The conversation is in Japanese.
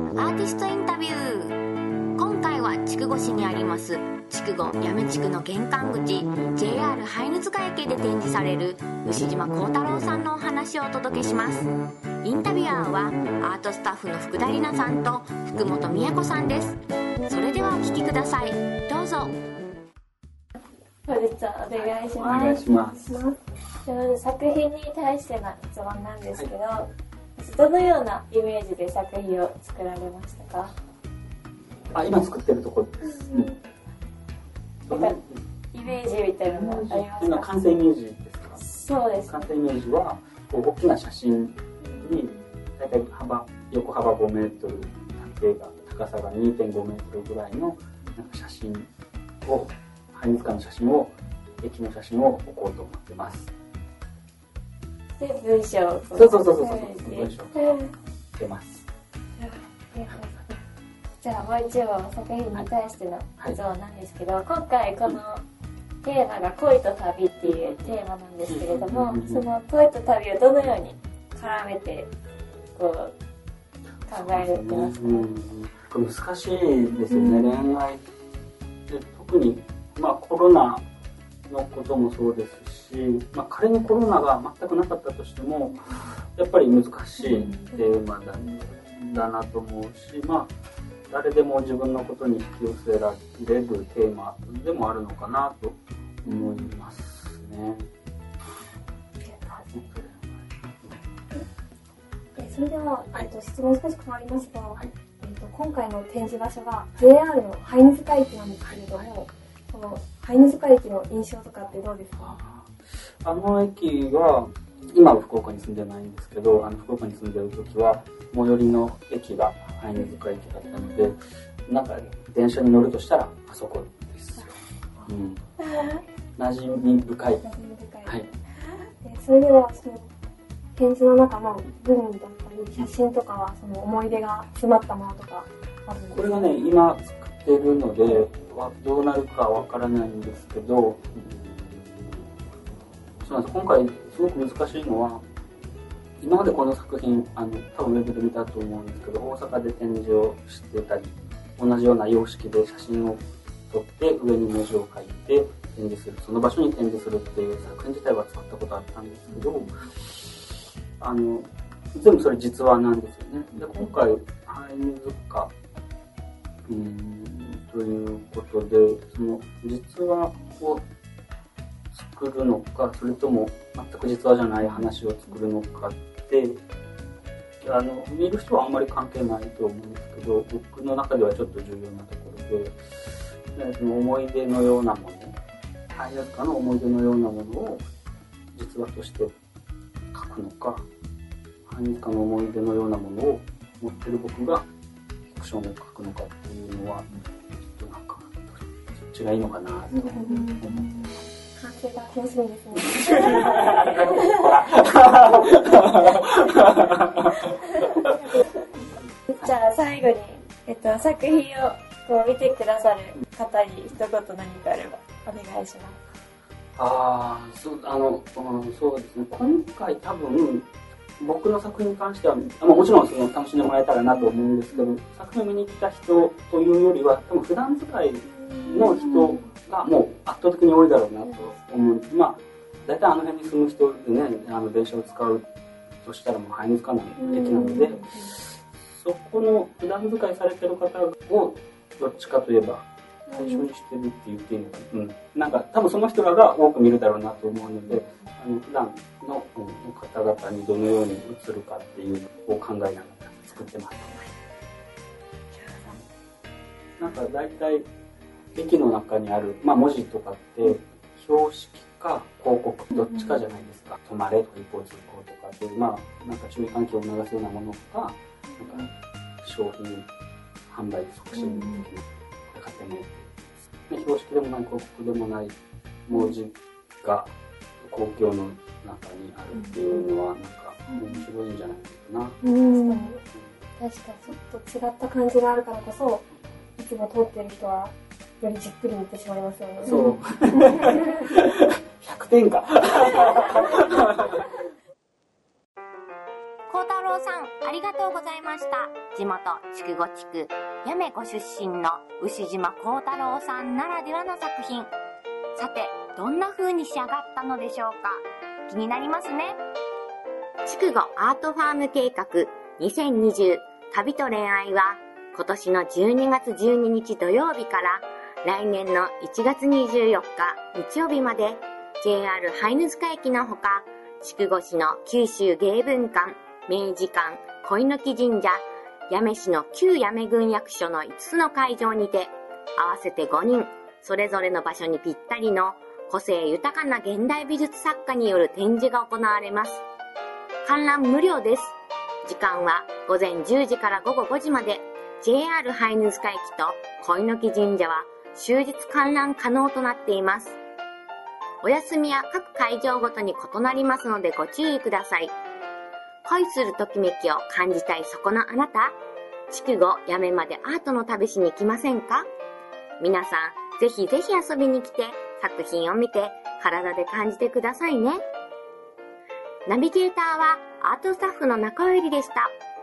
アーティストインタビュー。今回は筑後市にあります筑後八女地区の玄関口 JR ハイヌ塚駅で展示される牛島幸太郎さんのお話をお届けします。インタビュアーはアートスタッフの福田里奈さんと福本美也子さんです。それではお聞きください。どうぞ。 本日はお願いします。 お願いします。 作品に対しての質問なんですけど、どのようなイメージで作品を作られましたか？ 今作ってるところですね。 なんかイメージみたいなのありますか？ 今完成イメージですか？ そうです。 完成イメージは大きな写真に大体横幅5メートル、高さが 2.5 メートルぐらいの写真を、ハイヌ塚の写真を、駅の写真を置こうと思ってます。 で、文章をそう文章をつけます。 じゃあもう一度作品に対しての質問なんですけど、今回このテーマが恋と旅っていうテーマなんですけれども、その恋と旅をどのように絡めて考えてますか？ 難しいですよね、恋愛って特に、コロナのこともそうですし、仮にコロナが全くなかったとしてもやっぱり難しいテーマだなと思うし、誰でも自分のことに引き寄せられるテーマでもあるのかなと思いますね。 それでは、質問少し変わりますが、今回の展示場所が JR のハイヌ塚駅なんですけれども、このハイヌ塚駅の印象とかってどうですか？ あの駅は今は福岡に住んでないんですけど、福岡に住んでる時は最寄りの駅がハイヌ塚駅だったので、なんか電車に乗るとしたらあそこですよ。馴染み深い。はい。 それではその展示の中の部分だったり写真とかはその思い出が詰まったものとかあるんですか？ これがね、今作ってるのでどうなるかわからないんですけど、そうなんです。今回すごく難しいのは、今までこの作品多分ウェブで見たと思うんですけど、大阪で展示をしてたり、同じような様式で写真を撮って上に文字を書いて展示する、その場所に展示するっていう作品自体は作ったことあったんですけど、全部それ実話なんですよね。で、今回ハイヌ塚ということで、その実話を作るのか、それとも全く実話じゃない話を作るのかって見る人はあんまり関係ないと思うんですけど、僕の中ではちょっと重要なところで、その思い出のようなもの、ハイヌ塚の思い出のようなものを実話として書くのか、ハイヌ塚の思い出のようなものを持ってる僕がフィクションを書くのかっていうのは、ちょっとなんかどっちがいいのかなと思って。 完成が楽しみですね。 じゃあ最後に、作品を見てくださる方に一言何かあればお願いします。 そうですね。今回多分僕の作品に関しては、もちろん楽しんでもらえたらなと思うんですけど、作品を見に来た人というよりは多分普段使いの人がもう圧倒的に多いだろうなと思う。大体あの辺に住む人でね、電車を使うとしたらもうハイヌ塚の駅なので、そこの普段使いされてる方をどっちかといえば対象にしてるって言っていいのかな。なんか多分その人らが多く見るだろうなと思うので、普段の方々にどのように映るかっていうのを考えながら作ってます。なんか大体駅の中にある、文字とかって標識か広告どっちかじゃないですか。止まれとか一方通行とかっていう、なんか注意喚起を促すようなものか、なんか商品販売促進的な建物、標識でもない広告でもない文字が公共の中にあるっていうのはなんか面白いんじゃないかな。 確かにちょっと違った感じがあるからこそ、いつも通ってる人はよりじっくり見てしまいますよね。 そう。100点か。 幸太郎郎さん、ありがとうございました。地元、筑後地区、八女ご出身の牛島幸太郎さんならではの作品。さて、どんな風に仕上がったのでしょうか。気になりますね。筑後アートファーム計画2020旅と恋愛は、今年の12月12日土曜日から来年の1月24日日曜日まで JR ハイヌ塚駅のほか、筑後市の九州芸文館、明治館、恋の木神社、八女市の旧八女郡役所の5つの会場にて、合わせて5人、それぞれの場所にぴったりの個性豊かな現代美術作家による展示が行われます。観覧無料です。時間は午前10時から午後5時まで、JR ハイヌ塚駅と恋の木神社は終日観覧可能となっています。お休みは各会場ごとに異なりますのでご注意ください。恋するときめきを感じたいそこのあなた、筑後八女までアートの旅しに行きませんか？皆さん、ぜひぜひ遊びに来て、作品を見て、体で感じてくださいね。ナビゲーターはアートスタッフの中尾ゆりでした。